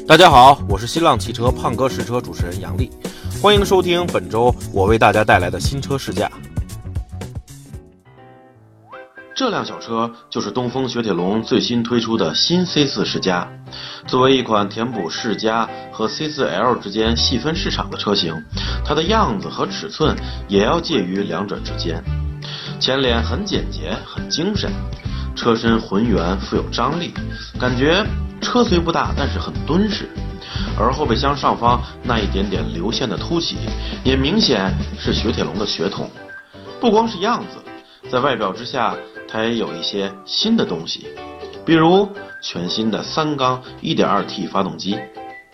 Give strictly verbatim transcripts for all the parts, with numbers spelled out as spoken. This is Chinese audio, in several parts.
大家好，我是新浪汽车胖哥试车主持人杨丽，欢迎收听本周我为大家带来的新车试驾。这辆小车就是东风雪铁龙最新推出的新 C 四 世嘉。作为一款填补世嘉和 C 四 L 之间细分市场的车型，它的样子和尺寸也要介于两者之间。前脸很简洁，很精神，车身浑圆富有张力，感觉车虽不大，但是很敦实。而后备箱上方那一点点流线的凸起，也明显是雪铁龙的血统。不光是样子，在外表之下，它也有一些新的东西，比如全新的三缸 一点二 T 发动机。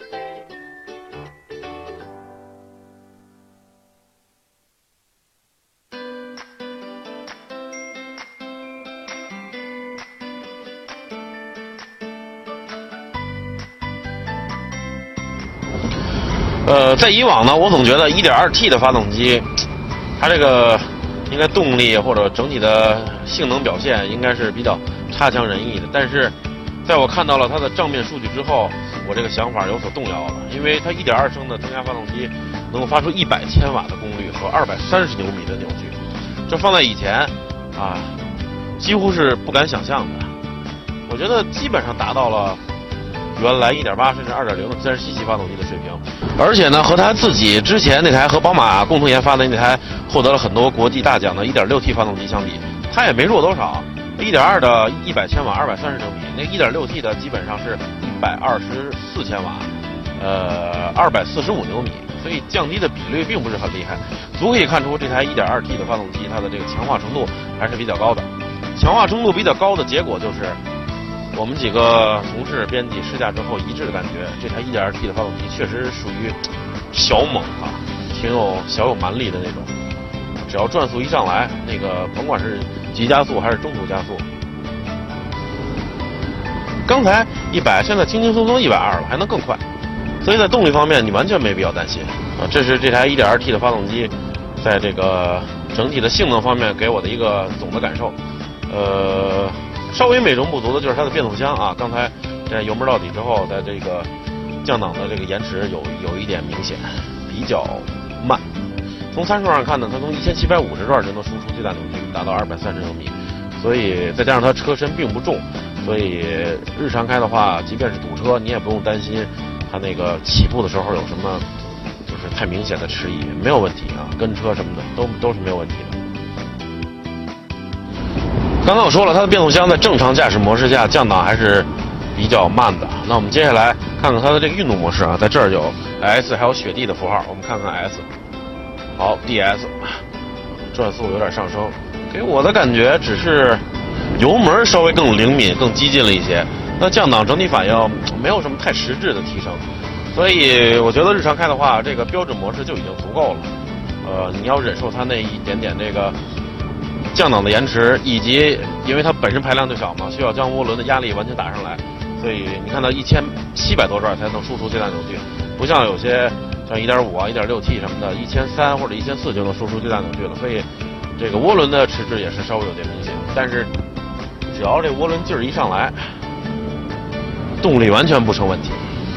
呃，在以往呢，我总觉得 一点二 T 的发动机，它这个应该动力或者整体的性能表现应该是比较差强人意的。但是，在我看到了它的账面数据之后，我这个想法有所动摇了。因为它 一点二 升的增压发动机能够发出一百千瓦的功率和二百三十牛米的扭矩，这放在以前啊，几乎是不敢想象的。我觉得基本上达到了原来 一点八 甚至 二点零 的自然吸气发动机的水平。而且呢，和他自己之前那台和宝马共同研发的那台获得了很多国际大奖的 一点六 T 发动机相比，它也没弱多少。一点二 的一百千瓦二百三十牛米，那 一点六 T 的基本上是一百二十四千瓦，呃二百四十五牛米，所以降低的比率并不是很厉害，足可以看出这台 一点二 T 的发动机它的这个强化程度还是比较高的。强化程度比较高的结果就是我们几个同事编辑试驾之后一致的感觉，这台 一点二 T 的发动机确实属于小猛啊，挺有小有蛮力的那种。只要转速一上来，那个甭管是急加速还是中途加速，刚才一百，现在轻轻松松一百二了，还能更快。所以在动力方面，你完全没必要担心啊。这是这台 一点二 T 的发动机在这个整体的性能方面给我的一个总的感受。呃。稍微美中不足的就是它的变速箱啊，刚才在油门到底之后，在这个降档的这个延迟有有一点明显，比较慢。从参数上看呢，它从一千七百五十转就能输出最大扭矩，达到二百三十牛米，所以再加上它车身并不重，所以日常开的话，即便是堵车，你也不用担心它那个起步的时候有什么就是太明显的迟疑，没有问题啊，跟车什么的都都是没有问题的。刚刚我说了，它的变速箱在正常驾驶模式下降档还是比较慢的。那我们接下来看看它的这个运动模式啊，在这儿有 S 还有雪地的符号，我们看看 S。好 ，D S， 转速有点上升，给我的感觉只是油门稍微更灵敏、更激进了一些。那降档整体反应没有什么太实质的提升，所以我觉得日常开的话，这个标准模式就已经足够了。呃，你要忍受它那一点点这个降档的延迟，以及因为它本身排量就小嘛，需要将涡轮的压力完全打上来，所以你看到一千七百多转才能输出最大扭矩，不像有些像 一点五 啊 一点六 T 什么的一千三或者一千四就能输出最大扭矩了，所以这个涡轮的迟滞也是稍微有点明显。但是只要这涡轮劲儿一上来，动力完全不成问题。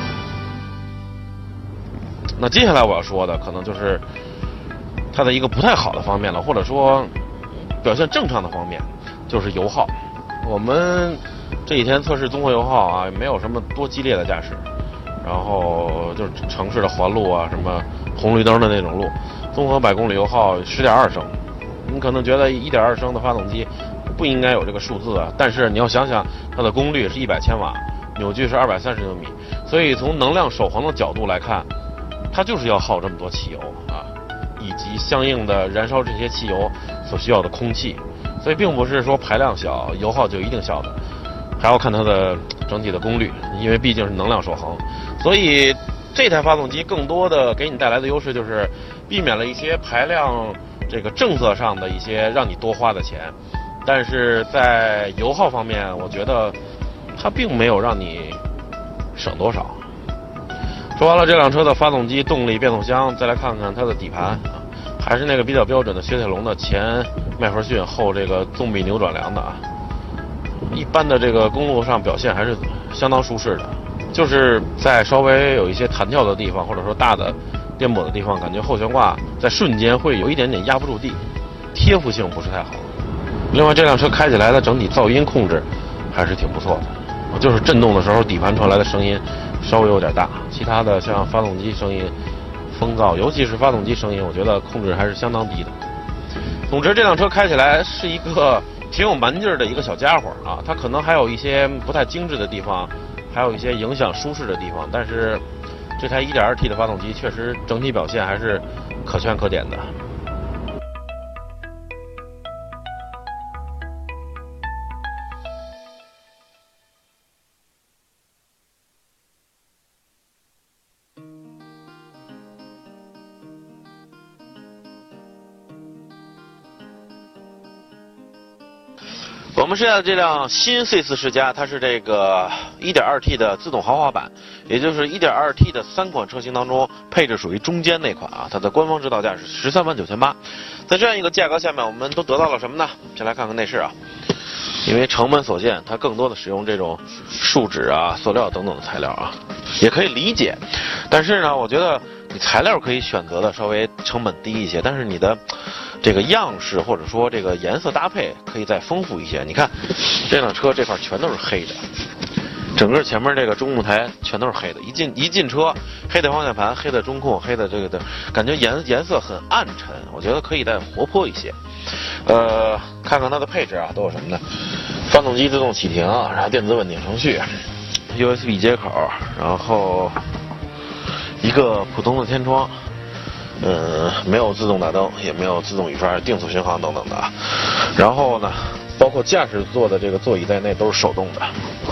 那接下来我要说的可能就是它的一个不太好的方面了，或者说表现正常的方面，就是油耗。我们这几天测试综合油耗啊，没有什么多激烈的驾驶，然后就是城市的环路啊，什么红绿灯的那种路，综合百公里油耗 十点二升。你可能觉得 一点二升的发动机不应该有这个数字啊，但是你要想想它的功率是一百千瓦，扭矩是二百三十牛米，所以从能量守恒的角度来看，它就是要耗这么多汽油啊，以及相应的燃烧这些汽油所需要的空气，所以并不是说排量小油耗就一定小的，还要看它的整体的功率，因为毕竟是能量守恒。所以这台发动机更多的给你带来的优势就是避免了一些排量这个政策上的一些让你多花的钱，但是在油耗方面，我觉得它并没有让你省多少。说完了这辆车的发动机、动力、变速箱，再来看看它的底盘啊，还是那个比较标准的雪铁龙的前麦弗逊后这个纵臂扭转梁的啊。一般的这个公路上表现还是相当舒适的， 就是在稍微有一些弹跳的地方，或者说大的颠簸的地方，感觉后悬挂在瞬间会有一点点压不住地，贴附性不是太好。另外，这辆车开起来的整体噪音控制还是挺不错的，就是震动的时候底盘传来的声音稍微有点大，其他的像发动机声音、风噪，尤其是发动机声音，我觉得控制还是相当低的。总之，这辆车开起来是一个挺有蛮劲儿的一个小家伙啊，它可能还有一些不太精致的地方，还有一些影响舒适的地方，但是这台 一点二 T 的发动机确实整体表现还是可圈可点的。我们试驾的这辆新 C 四 世嘉，它是这个 一点二 T 的自动豪华版，也就是 一点二 T 的三款车型当中配置属于中间那款啊。它的官方指导价是十三万九千八。在这样一个价格下面，我们都得到了什么呢？先来看看内饰啊。因为成本所限，它更多的使用这种树脂啊、塑料等等的材料啊，也可以理解。但是呢，我觉得你材料可以选择的稍微成本低一些，但是你的这个样式或者说这个颜色搭配可以再丰富一些。你看这辆车这块全都是黑的，整个前面这个中控台全都是黑的，一进一进车黑的方向盘、黑的中控、黑的这个的感觉颜颜色很暗沉，我觉得可以再活泼一些。呃，看看它的配置啊，都有什么呢？发动机自动启停，然后电子稳定程序 ，U S B 接口，然后一个普通的天窗，嗯，没有自动大灯，也没有自动雨刷、定速巡航等等的。然后呢，包括驾驶座的这个座椅在内都是手动的。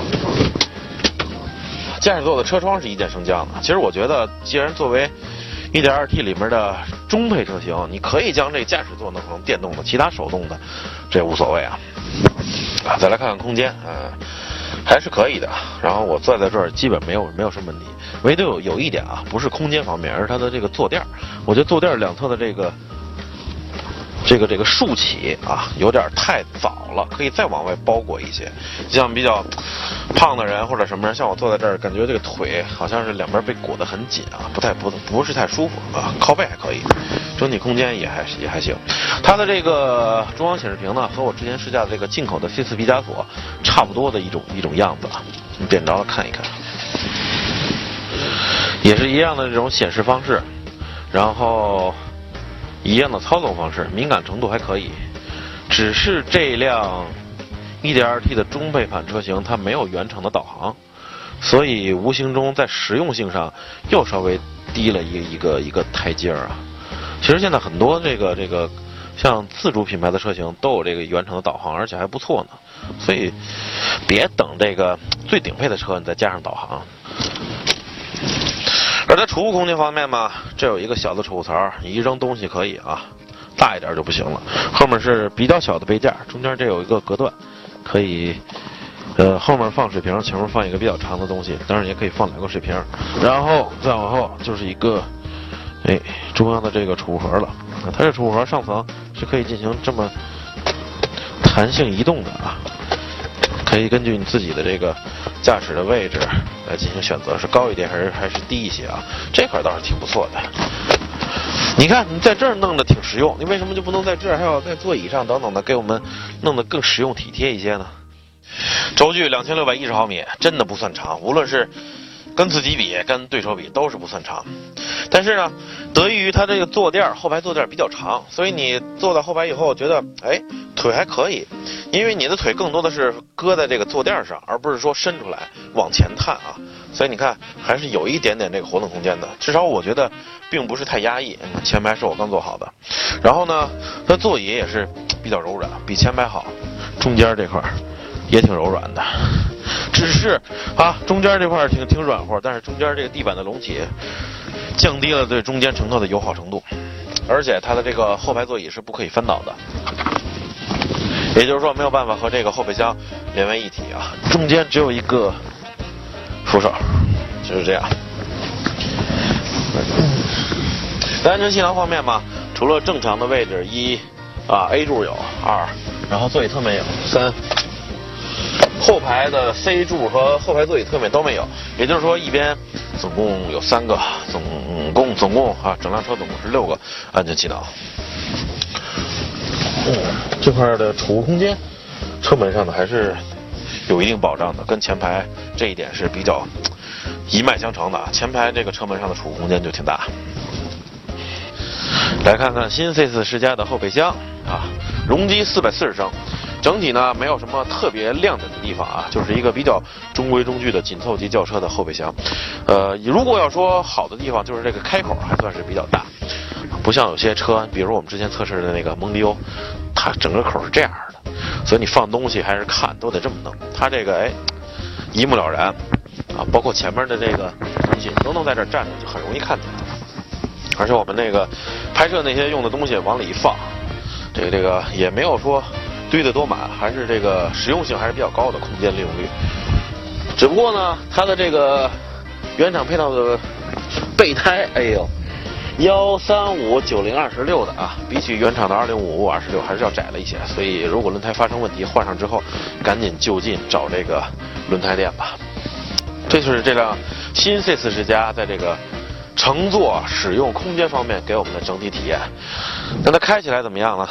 驾驶座的车窗是一键升降的。其实我觉得，既然作为 一点二 T 里面的中配车型，你可以将这个驾驶座弄成电动的，其他手动的，这无所谓啊。啊，再来看看空间，嗯、呃，还是可以的。然后我坐在这儿基本没有没有什么问题，唯独有有一点啊，不是空间方面，而是它的这个坐垫。我觉得坐垫两侧的这个这个这个竖起啊，有点太早了，可以再往外包裹一些。像比较胖的人或者什么人，像我坐在这儿，感觉这个腿好像是两边被裹得很紧啊，不太不不是太舒服啊。靠背还可以，整体空间也还也还行。它的这个中央显示屏呢，和我之前试驾的这个进口的 C 四 毕加索差不多的一种一种样子了。你点着了看一看，也是一样的这种显示方式，然后一样的操纵方式，敏感程度还可以。只是这辆 一点二 T 的中配版车型它没有原厂的导航，所以无形中在实用性上又稍微低了一个一个一个台阶啊。其实现在很多这个这个像自主品牌的车型都有这个原厂的导航，而且还不错呢。所以别等这个最顶配的车你再加上导航。而在储物空间方面嘛，这有一个小的储物槽，你一扔东西可以啊，大一点就不行了。后面是比较小的杯架，中间这有一个隔断，可以呃后面放水瓶，前面放一个比较长的东西，当然也可以放两个水瓶。然后再往后就是一个哎中央的这个储物盒了。它这储物盒上层是可以进行这么弹性移动的啊，可以根据你自己的这个驾驶的位置来进行选择，是高一点还是还是低一些啊？这块倒是挺不错的。你看你在这儿弄得挺实用，你为什么就不能在这儿还有在座椅上等等的给我们弄得更实用体贴一些呢？轴距两千六百一十毫米，真的不算长，无论是跟自己比跟对手比都是不算长。但是呢，得益于它这个坐垫后排坐垫比较长，所以你坐在后排以后觉得哎腿还可以，因为你的腿更多的是搁在这个坐垫上，而不是说伸出来往前探啊，所以你看还是有一点点这个活动空间的，至少我觉得并不是太压抑。前排是我刚做好的，然后呢它座椅也是比较柔软，比前排好，中间这块也挺柔软的，只是啊中间这块挺挺软和，但是中间这个地板的隆起降低了对中间乘客的友好程度，而且它的这个后排座椅是不可以翻倒的，也就是说没有办法和这个后备箱连为一体啊。中间只有一个扶手，就是这样。在安全气囊方面嘛，除了正常的位置一啊 A 柱有二，然后座椅侧面有三， 后排的 C 柱和后排座椅侧面都没有，也就是说一边总共有三个，总共总共啊，整辆车总共是六个安全气囊。嗯，这块的储物空间，车门上呢还是有一定保障的，跟前排这一点是比较一脉相承的啊。前排这个车门上的储物空间就挺大。来看看新 C 四 世嘉的后备箱啊，容积四百四十升，整体呢没有什么特别亮点的地方啊，就是一个比较中规中矩的紧凑级轿车的后备箱。呃，如果要说好的地方，就是这个开口还算是比较大，不像有些车，比如我们之前测试的那个蒙迪欧，它整个口是这样的，所以你放东西还是看都得这么弄。它这个哎，一目了然啊，包括前面的这个东西都能在这儿站着，就很容易看见。而且我们那个拍摄那些用的东西往里一放，这个这个也没有说堆得多满，还是这个实用性还是比较高的，空间利用率。只不过呢，它的这个原厂配套的备胎，哎呦，幺三五九零二十六的啊，比起原厂的二零五五二十六还是要窄了一些，所以如果轮胎发生问题，换上之后赶紧就近找这个轮胎店吧。这就是这辆新 C 四 世嘉在这个乘坐使用空间方面给我们的整体体验。那它开起来怎么样呢？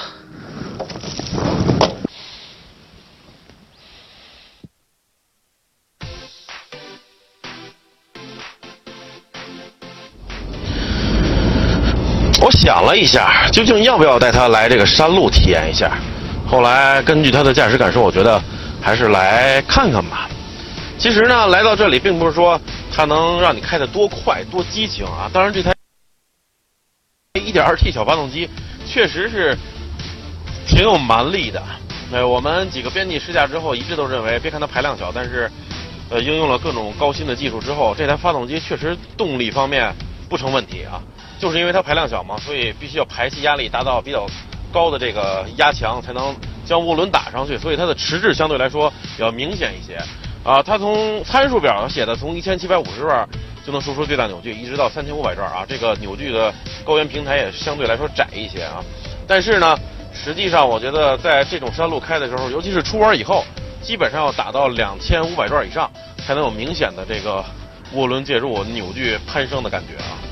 我想了一下，究竟要不要带它来这个山路体验一下。后来根据它的驾驶感受，我觉得还是来看看吧。其实呢，来到这里并不是说它能让你开得多快多激情啊。当然，这台 一点二 T 小发动机确实是挺有蛮力的。呃，我们几个编辑试驾之后一致都认为，别看它排量小，但是呃应用了各种高新的技术之后，这台发动机确实动力方面不成问题啊。就是因为它排量小嘛，所以必须要排气压力达到比较高的这个压强，才能将涡轮打上去，所以它的迟滞相对来说要明显一些。啊，它从参数表上写的，从一千七百五十转就能输出最大扭矩，一直到三千五百转啊，这个扭矩的高原平台也相对来说窄一些啊。但是呢，实际上我觉得在这种山路开的时候，尤其是出弯以后，基本上要打到两千五百转以上，才能有明显的这个涡轮介入、扭矩攀升的感觉啊。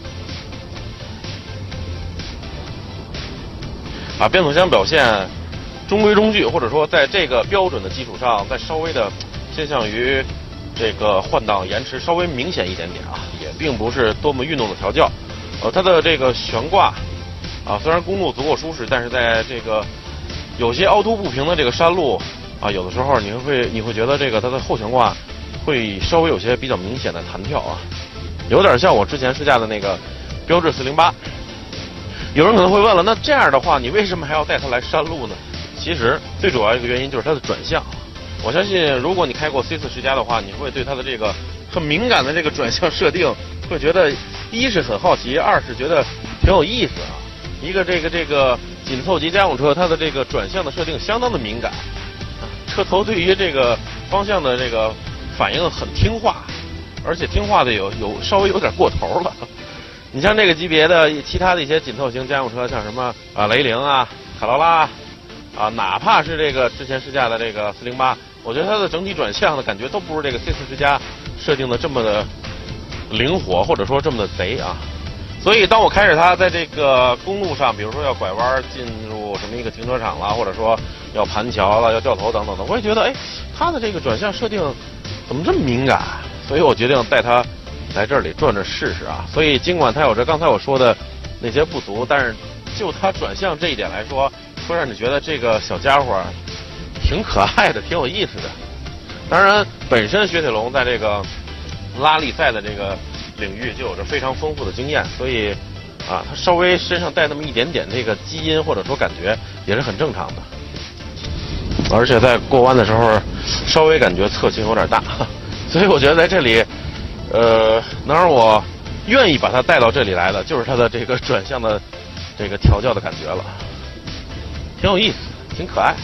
啊，变速箱表现中规中矩，或者说在这个标准的基础上，再稍微的偏向于这个换挡延迟稍微明显一点点啊，也并不是多么运动的调教。呃，它的这个悬挂啊，虽然公路足够舒适，但是在这个有些凹凸不平的这个山路啊，有的时候你会你会觉得这个它的后悬挂会稍微有些比较明显的弹跳啊，有点像我之前试驾的那个标致四零八。有人可能会问了，那这样的话，你为什么还要带它来山路呢？其实最主要一个原因就是它的转向。我相信，如果你开过 C 四 世嘉的话，你会对它的这个很敏感的这个转向设定，会觉得一是很好奇，二是觉得挺有意思啊。一个这个这个紧凑级家用车，它的这个转向的设定相当的敏感，车头对于这个方向的这个反应很听话，而且听话的有有稍微有点过头了。你像这个级别的其他的一些紧凑型家用车，像什么啊雷凌啊、卡罗拉啊，哪怕是这个之前试驾的这个四零八，我觉得它的整体转向的感觉都不是这个 C 四 世嘉设定的这么的灵活，或者说这么的贼啊。所以当我开着它在这个公路上，比如说要拐弯进入什么一个停车场啦，或者说要盘桥了、要掉头等等的，我也觉得哎，它的这个转向设定怎么这么敏感？所以我决定带它来这里转转试试啊。所以尽管它有着刚才我说的那些不足，但是就它转向这一点来说，会让你觉得这个小家伙挺可爱的，挺有意思的。当然，本身雪铁龙在这个拉力赛的这个领域就有着非常丰富的经验，所以啊，它稍微身上带那么一点点这个基因或者说感觉也是很正常的。而且在过弯的时候，稍微感觉侧倾有点大，所以我觉得在这里，呃，能让我愿意把它带到这里来的，就是它的这个转向的这个调教的感觉了，挺有意思，挺可爱。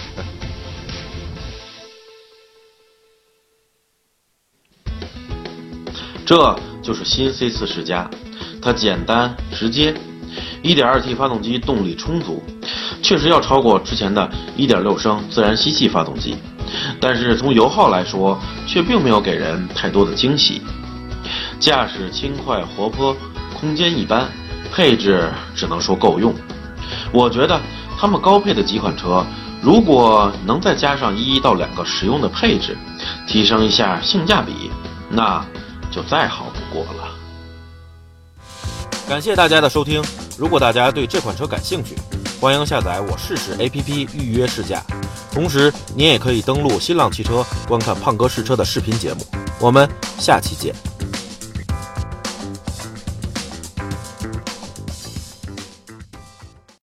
这就是新 C 四 世嘉，它简单直接 ，一点二 T 发动机动力充足， 确实要超过之前的 一点六 升自然吸气发动机，但是从油耗来说，却并没有给人太多的惊喜。驾驶轻快活泼，空间一般，配置只能说够用。我觉得他们高配的几款车，如果能再加上一到两个实用的配置，提升一下性价比，那就再好不过了。 感谢大家的收听，如果大家对这款车感兴趣，欢迎下载我试试 A P P 预约试驾，同时你也可以登录新浪汽车观看胖哥试车的视频节目。我们下期见。